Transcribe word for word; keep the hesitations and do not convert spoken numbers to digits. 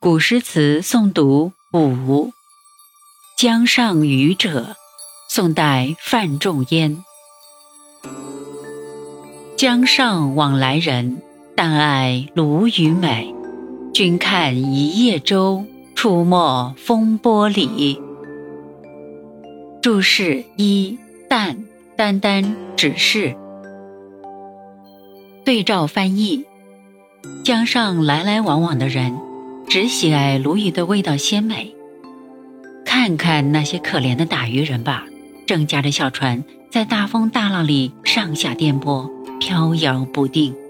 古诗词诵读五，江上渔者，宋代范仲淹。江上往来人，但爱鲈鱼美。君看一叶舟，出没风波里。注释一：但，单单，只是。对照翻译：江上来来往往的人，只喜爱鲈鱼的味道鲜美。看看那些可怜的打渔人吧，正驾着小船在大风大浪里上下颠簸，飘摇不定。